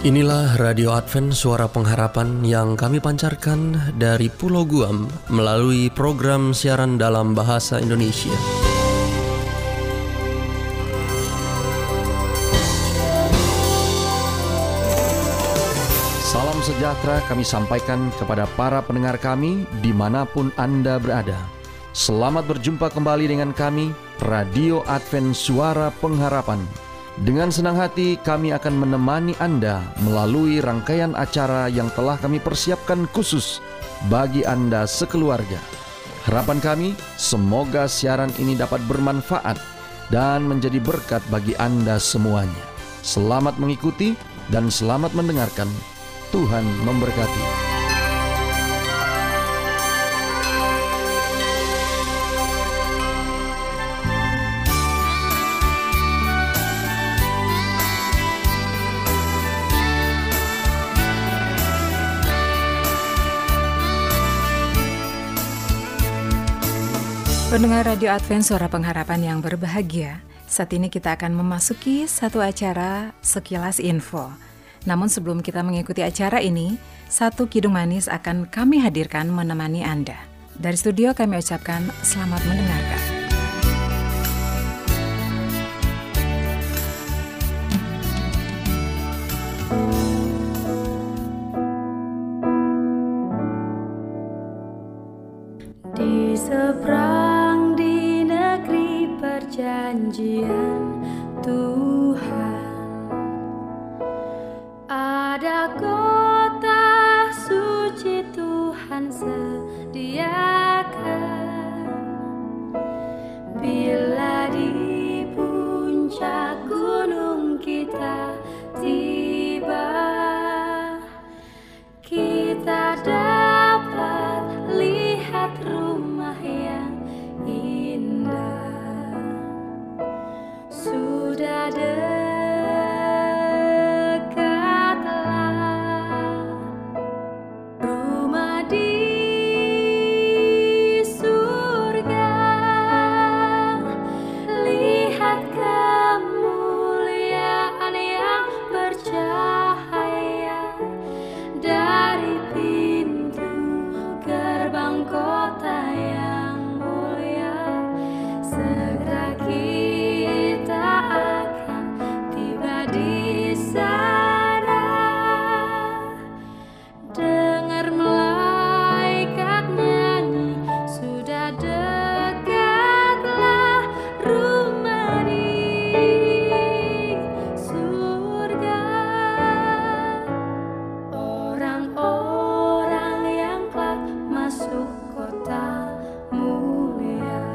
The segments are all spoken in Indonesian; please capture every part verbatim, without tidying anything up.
Inilah Radio Advent Suara Pengharapan yang kami pancarkan dari Pulau Guam melalui program siaran dalam bahasa Indonesia. Salam sejahtera kami sampaikan kepada para pendengar kami dimanapun Anda berada. Selamat berjumpa kembali dengan kami, Radio Advent Suara Pengharapan. Dengan senang hati kami akan menemani Anda melalui rangkaian acara yang telah kami persiapkan khusus bagi Anda sekeluarga. Harapan kami, semoga siaran ini dapat bermanfaat dan menjadi berkat bagi Anda semuanya. Selamat mengikuti dan selamat mendengarkan. Tuhan memberkati. Pendengar Radio Advent Suara Pengharapan yang berbahagia, saat ini kita akan memasuki satu acara Sekilas Info. Namun sebelum kita mengikuti acara ini, satu kidung manis akan kami hadirkan menemani Anda. Dari studio kami ucapkan selamat mendengarkan. Di seberang perjanjian Tuhan ada kota suci Tuhan sediakan. Bila di puncak gunung kita tiba, kita dapat lihat rumah yang indah. Sudah dekatlah rumah di surga. Lihat kemuliaan yang bercahaya dari pintu gerbang kota yang mulia. Segera kita akan tiba di sana. Dengar malaikat nyanyi, sudah dekatlah rumah di surga. Orang-orang yang kelak masuk kota mulia,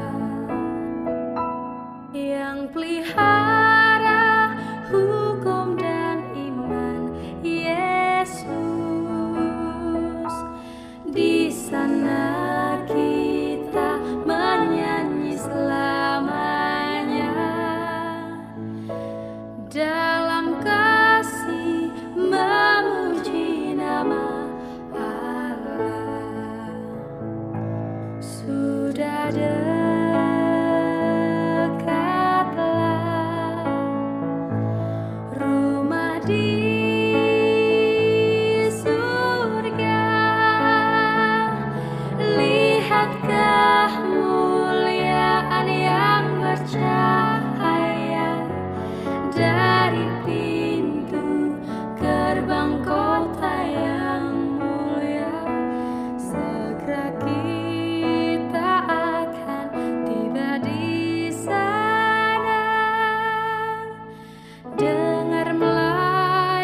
yang pelihara hukum dan iman Yesus. Di sana kita menyanyi selamanya dalam kasih memuji nama Allah. Sudah dekatlah rumah di surga. Lihat kemuliaan yang bercahaya dari pintu gerbang kota yang mulia. Segera kita akan tiba di sana. Dengar malaikat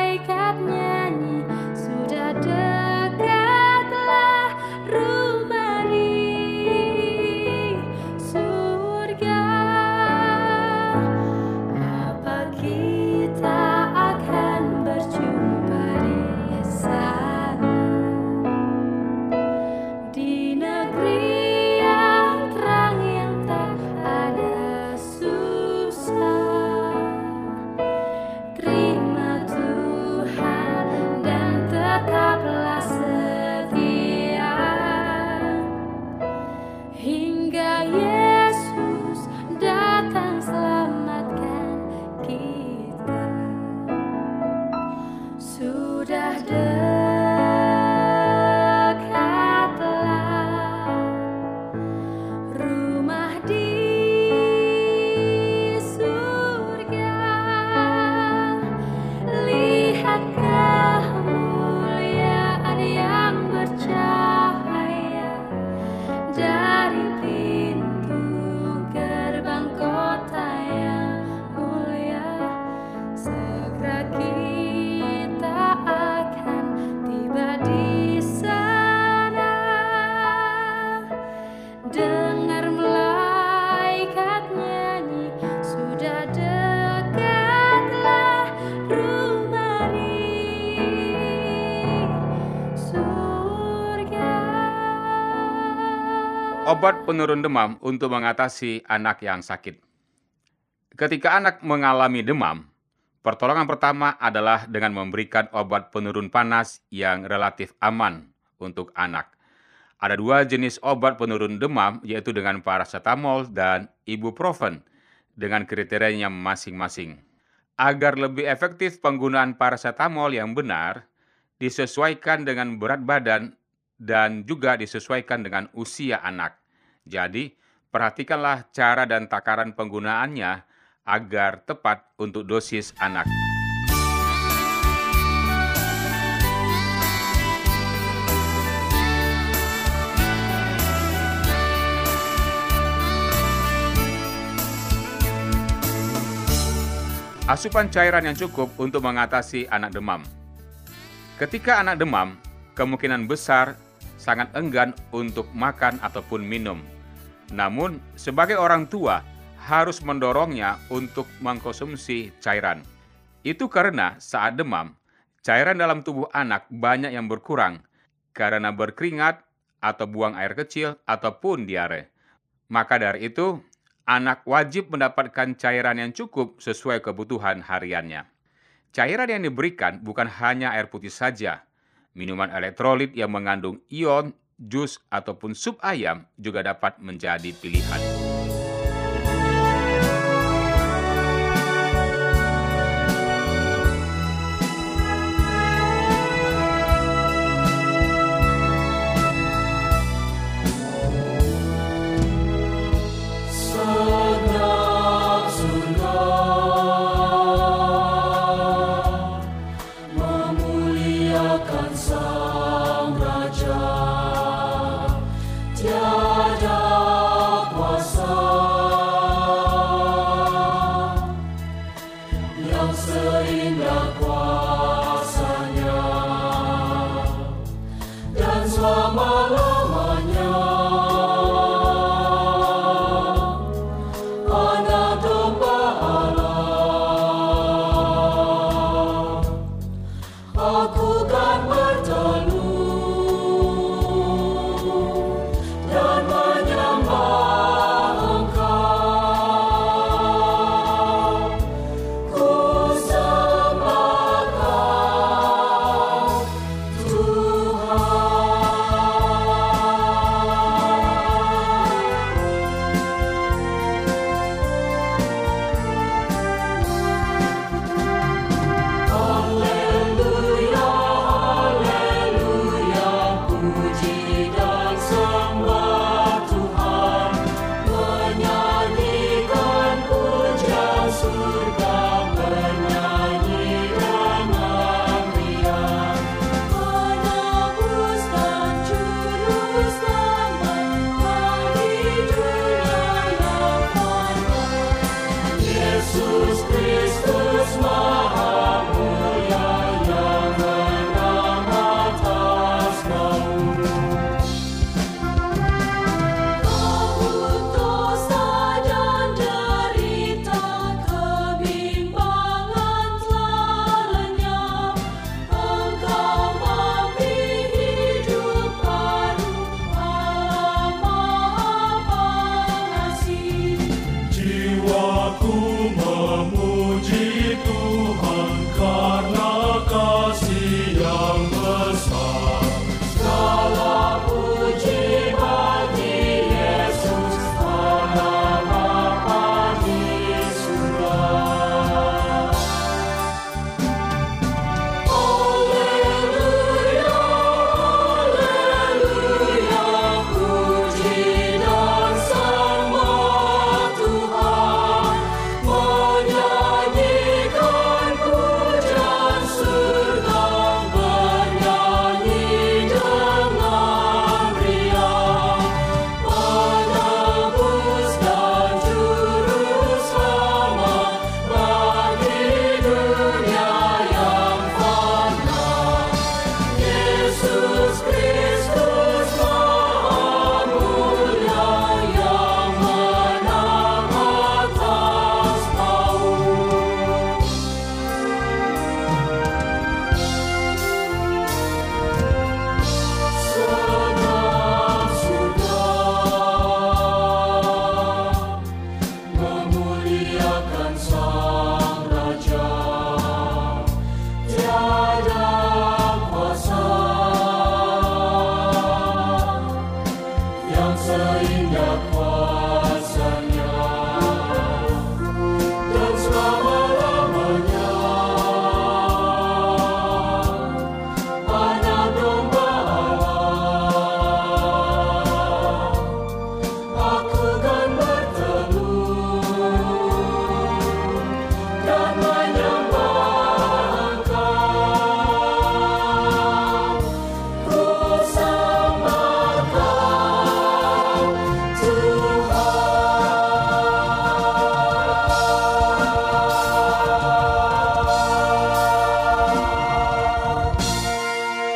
sudah dekatlah rumah di surga. Lihat kemuliaan yang bercahaya dari pintu gerbang kota yang mulia. Segera kita akan tiba di sana. Dengar malaikat nyanyi, sudah dekatlah rumah di surga. Obat penurun demam untuk mengatasi anak yang sakit. Ketika anak mengalami demam, pertolongan pertama adalah dengan memberikan obat penurun panas yang relatif aman untuk anak. Ada dua jenis obat penurun demam, yaitu dengan paracetamol dan ibuprofen, dengan kriterianya masing-masing. Agar lebih efektif penggunaan paracetamol yang benar, disesuaikan dengan berat badan dan juga disesuaikan dengan usia anak. Jadi, perhatikanlah cara dan takaran penggunaannya agar tepat untuk dosis anak. Asupan cairan yang cukup untuk mengatasi anak demam. Ketika anak demam, kemungkinan besar sangat enggan untuk makan ataupun minum. Namun, sebagai orang tua, harus mendorongnya untuk mengkonsumsi cairan. Itu karena saat demam, cairan dalam tubuh anak banyak yang berkurang karena berkeringat atau buang air kecil ataupun diare. Maka dari itu, anak wajib mendapatkan cairan yang cukup sesuai kebutuhan hariannya. Cairan yang diberikan bukan hanya air putih saja. Minuman elektrolit yang mengandung ion, jus, ataupun sup ayam juga dapat menjadi pilihan. Tiada kuasa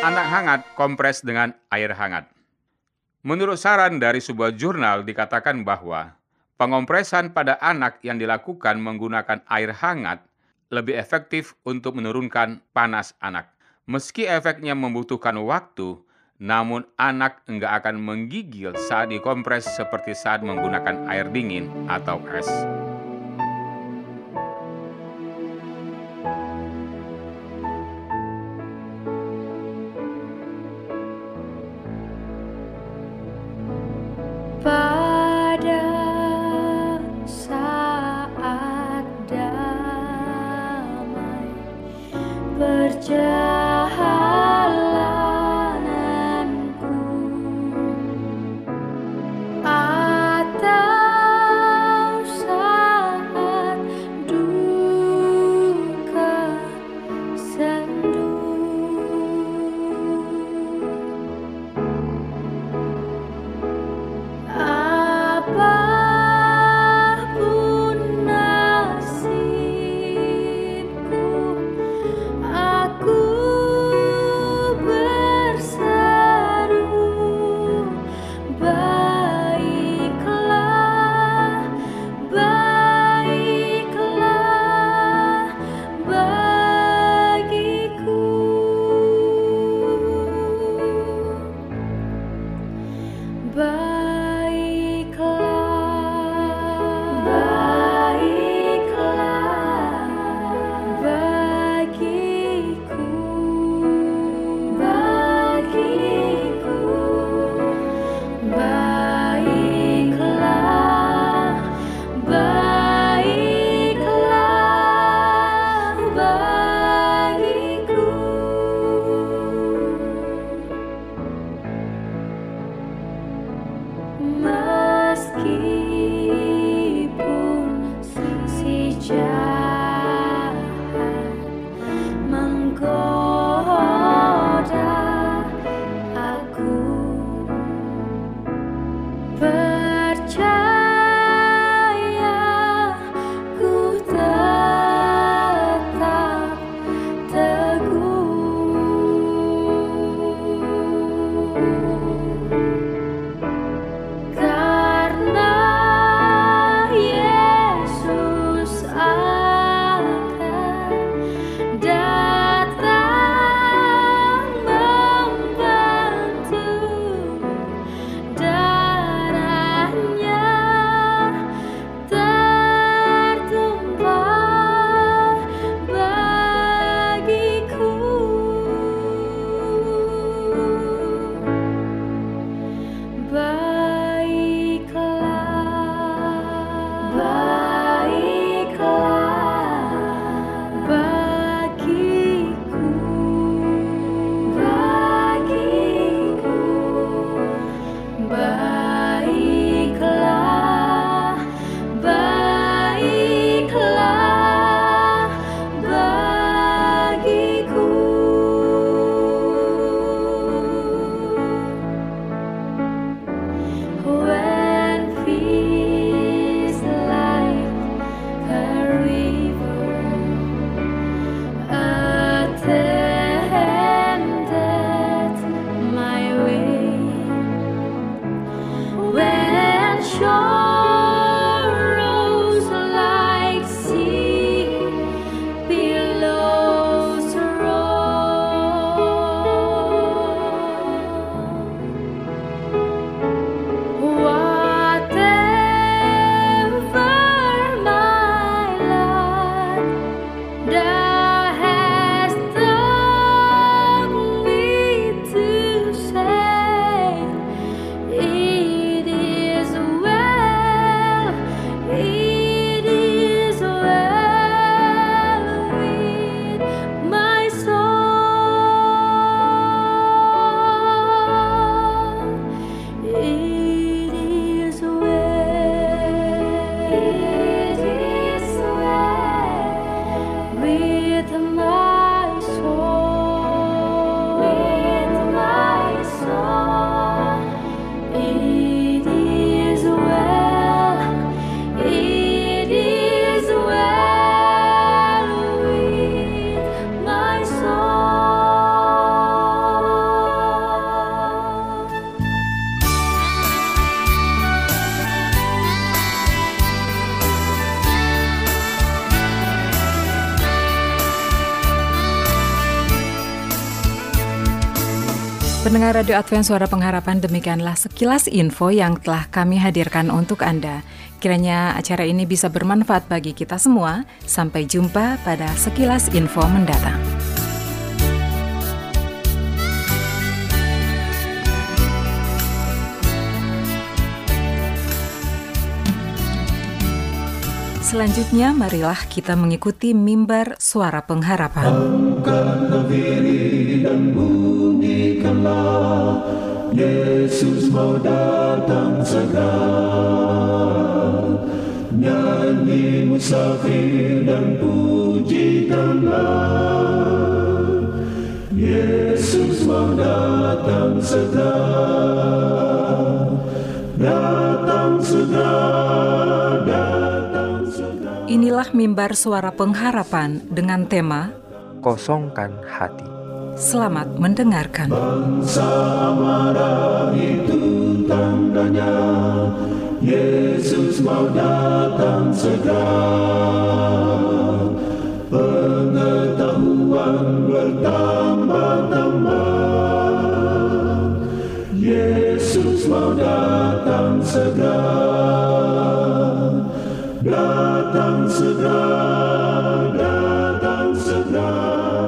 anak hangat kompres dengan air hangat. Menurut saran dari sebuah jurnal dikatakan bahwa pengompresan pada anak yang dilakukan menggunakan air hangat lebih efektif untuk menurunkan panas anak. Meski efeknya membutuhkan waktu, namun anak enggak akan menggigil saat dikompres seperti saat menggunakan air dingin atau es. Pada saat damai perjalananku, atau saat duka sendu, apapun nasibku, aku berseru, baiklah, baiklah bagiku. Baiklah, baiklah bagiku, bagiku. Baiklah, baiklah bagiku. Meskipun si jahat menggoda aku, percaya ku tetap teguh. Karena Yesus akan datang Pendengar Radio Advent Suara Pengharapan, demikianlah sekilas info yang telah kami hadirkan untuk Anda. Kiranya acara ini bisa bermanfaat bagi kita semua. Sampai jumpa pada sekilas info mendatang. Selanjutnya, marilah kita mengikuti mimbar Suara Pengharapan. Angkatlah diri dan bunyikanlah, Yesus mau datang segera. Nyanyi musafir dan pujikanlah, Yesus mau datang segera. Datang segera, datang segera. Inilah mimbar Suara Pengharapan dengan tema Kosongkan hati. Selamat mendengarkan. Bangsa marah itu tandanya, Yesus mau datang segera. Pengetahuan bertambah-tambah, Yesus mau datang segera. Datang segera, datang segera,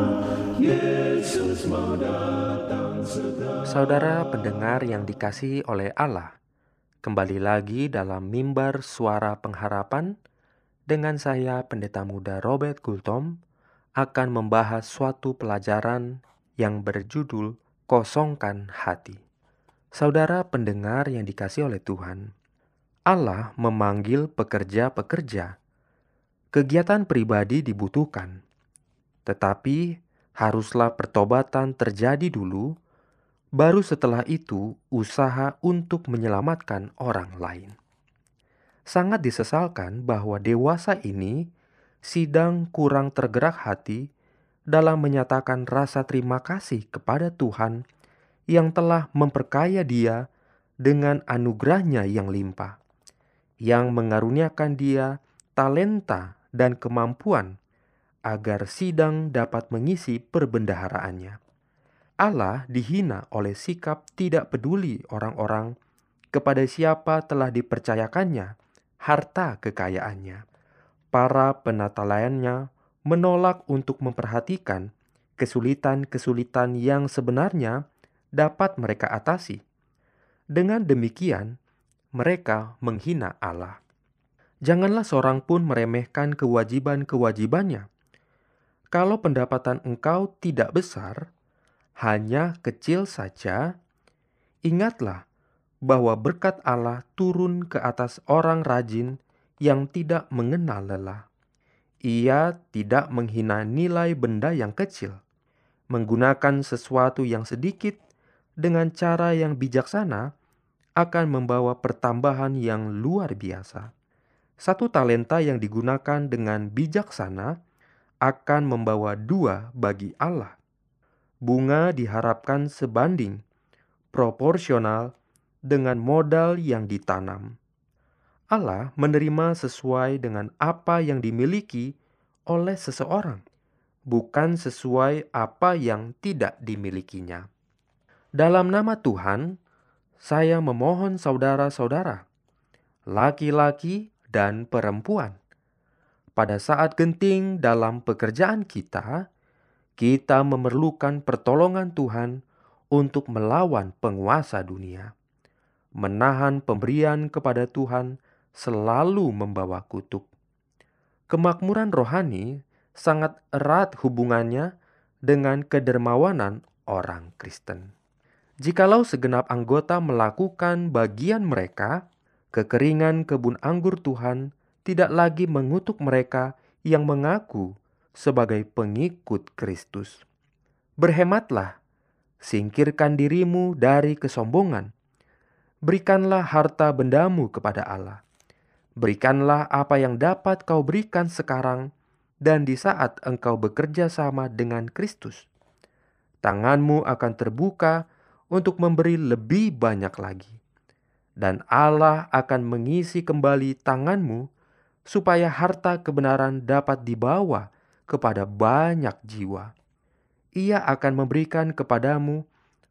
Yesus mau datang segera. Saudara pendengar yang dikasihi oleh Allah, kembali lagi dalam mimbar Suara Pengharapan dengan saya Pendeta Muda Robert Gultom akan membahas suatu pelajaran yang berjudul Kosongkan Hati. Saudara pendengar yang dikasihi oleh Tuhan, Allah memanggil pekerja-pekerja. Kegiatan pribadi dibutuhkan, tetapi haruslah pertobatan terjadi dulu, baru setelah itu usaha untuk menyelamatkan orang lain. Sangat disesalkan bahwa dewasa ini sedang kurang tergerak hati dalam menyatakan rasa terima kasih kepada Tuhan yang telah memperkaya dia dengan anugerahnya yang limpah, yang mengaruniakan dia talenta dan kemampuan agar sidang dapat mengisi perbendaharaannya. Allah dihina oleh sikap tidak peduli orang-orang kepada siapa telah dipercayakannya harta kekayaannya. Para penata layannya menolak untuk memperhatikan kesulitan-kesulitan yang sebenarnya dapat mereka atasi. Dengan demikian, mereka menghina Allah. Janganlah seorang pun meremehkan kewajiban-kewajibannya. Kalau pendapatan engkau tidak besar, hanya kecil saja, ingatlah bahwa berkat Allah turun ke atas orang rajin yang tidak mengenal lelah. Ia tidak menghina nilai benda yang kecil, menggunakan sesuatu yang sedikit dengan cara yang bijaksana akan membawa pertambahan yang luar biasa. Satu talenta yang digunakan dengan bijaksana akan membawa dua bagi Allah. Bunga diharapkan sebanding, proporsional dengan modal yang ditanam. Allah menerima sesuai dengan apa yang dimiliki oleh seseorang, bukan sesuai apa yang tidak dimilikinya. Dalam nama Tuhan, saya memohon saudara-saudara, laki-laki dan perempuan, pada saat genting dalam pekerjaan kita, kita memerlukan pertolongan Tuhan untuk melawan penguasa dunia. Menahan pemberian kepada Tuhan selalu membawa kutuk. Kemakmuran rohani sangat erat hubungannya dengan kedermawanan orang Kristen. Jikalau segenap anggota melakukan bagian mereka, kekeringan kebun anggur Tuhan tidak lagi mengutuk mereka yang mengaku sebagai pengikut Kristus. Berhematlah, singkirkan dirimu dari kesombongan. Berikanlah harta bendamu kepada Allah. Berikanlah apa yang dapat kau berikan sekarang dan di saat engkau bekerja sama dengan Kristus. Tanganmu akan terbuka untuk memberi lebih banyak lagi. Dan Allah akan mengisi kembali tanganmu supaya harta kebenaran dapat dibawa kepada banyak jiwa. Ia akan memberikan kepadamu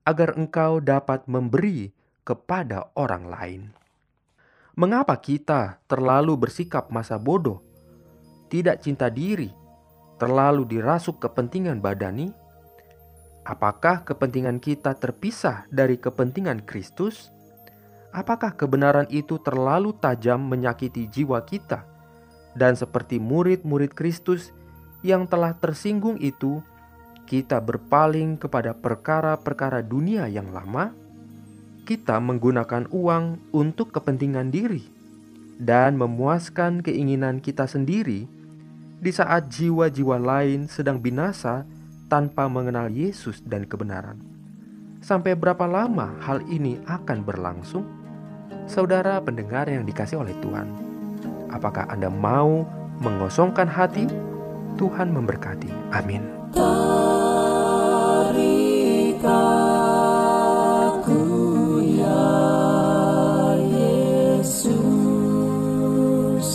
agar engkau dapat memberi kepada orang lain. Mengapa kita terlalu bersikap masa bodoh, tidak cinta diri, terlalu dirasuk kepentingan badani? Apakah kepentingan kita terpisah dari kepentingan Kristus? Apakah kebenaran itu terlalu tajam menyakiti jiwa kita? Dan seperti murid-murid Kristus yang telah tersinggung itu, kita berpaling kepada perkara-perkara dunia yang lama? Kita menggunakan uang untuk kepentingan diri dan memuaskan keinginan kita sendiri di saat jiwa-jiwa lain sedang binasa tanpa mengenal Yesus dan kebenaran. Sampai berapa lama hal ini akan berlangsung? Saudara pendengar yang dikasihi oleh Tuhan, apakah Anda mau mengosongkan hati? Tuhan memberkati. Amin. Tarik aku ya Yesus,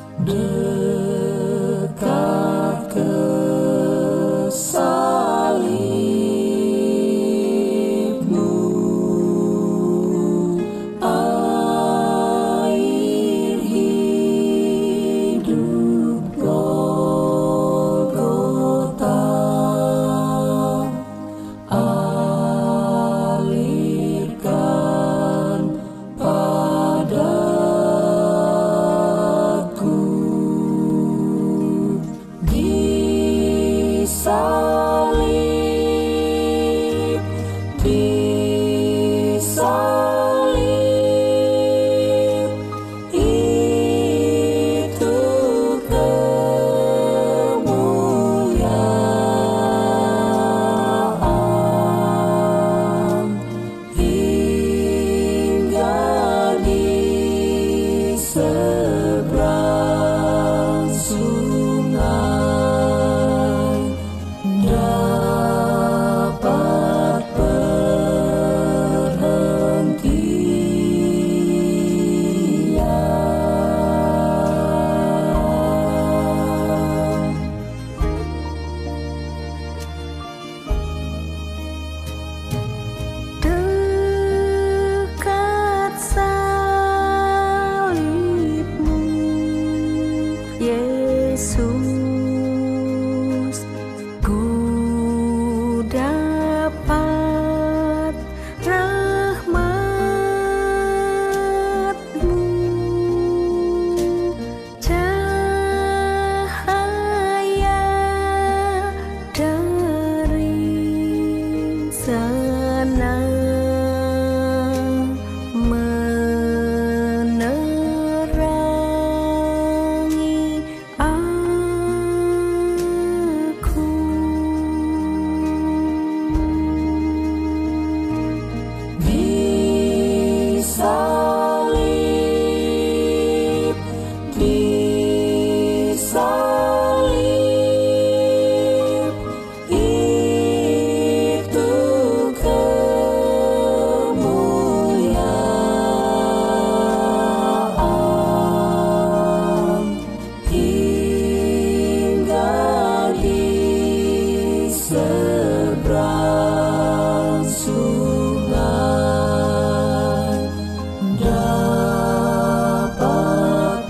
dekat ke salib-Mu, air hidup Golgota, alirkan padaku. Di salib, di salib, itu kemuliaan, hingga di seberang sungai dapat perhentian. Dekat salib-Mu, Yesus, ku dapat rahmat-Mu, cahaya dari sana menerangi aku. Di salib, di salib, itu kemuliaan, hingga di seberang sungai dapat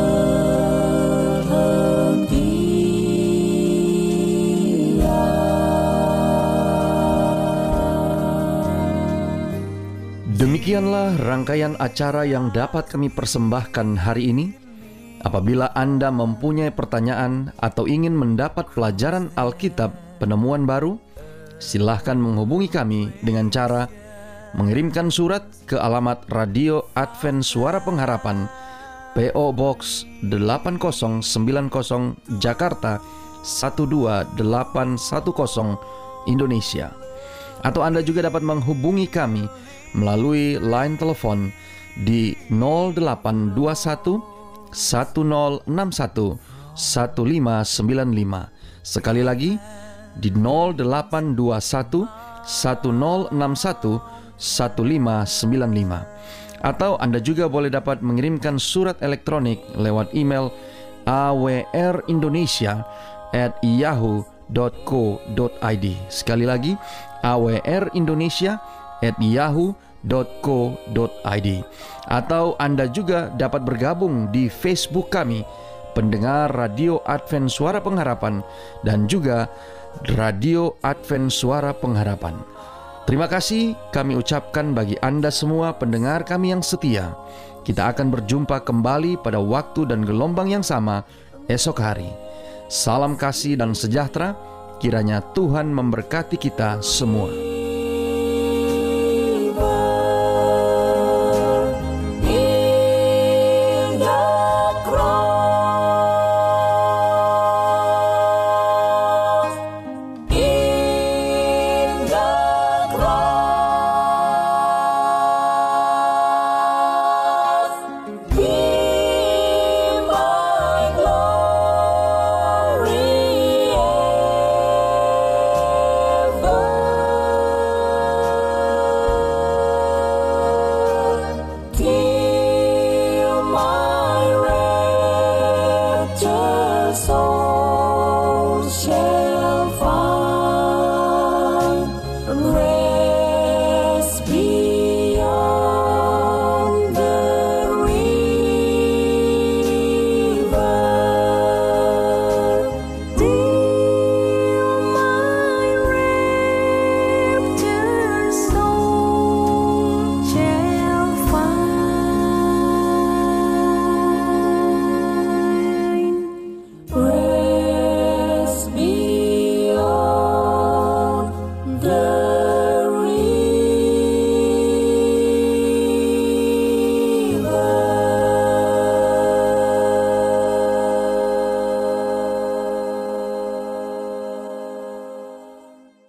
perhentian. Demikianlah rangkaian acara yang dapat kami persembahkan hari ini. Apabila Anda mempunyai pertanyaan atau ingin mendapat pelajaran Alkitab penemuan baru, silahkan menghubungi kami dengan cara mengirimkan surat ke alamat Radio Advent Suara Pengharapan, P O Box delapan nol sembilan nol Jakarta satu dua delapan satu nol Indonesia. Atau Anda juga dapat menghubungi kami melalui line telepon di nol delapan dua satu satu nol enam satu satu lima sembilan lima. Sekali lagi di nol delapan dua satu satu nol enam satu satu lima sembilan lima. Atau Anda juga boleh dapat mengirimkan surat elektronik lewat email awrindonesia at yahoo dot co dot id. Sekali lagi, awrindonesia at yahoo dot co dot id. Atau Anda juga dapat bergabung di Facebook kami, Pendengar Radio Advent Suara Pengharapan, dan juga Radio Advent Suara Pengharapan. Terima kasih kami ucapkan bagi Anda semua pendengar kami yang setia. Kita akan berjumpa kembali pada waktu dan gelombang yang sama esok hari. Salam kasih dan sejahtera, kiranya Tuhan memberkati kita semua.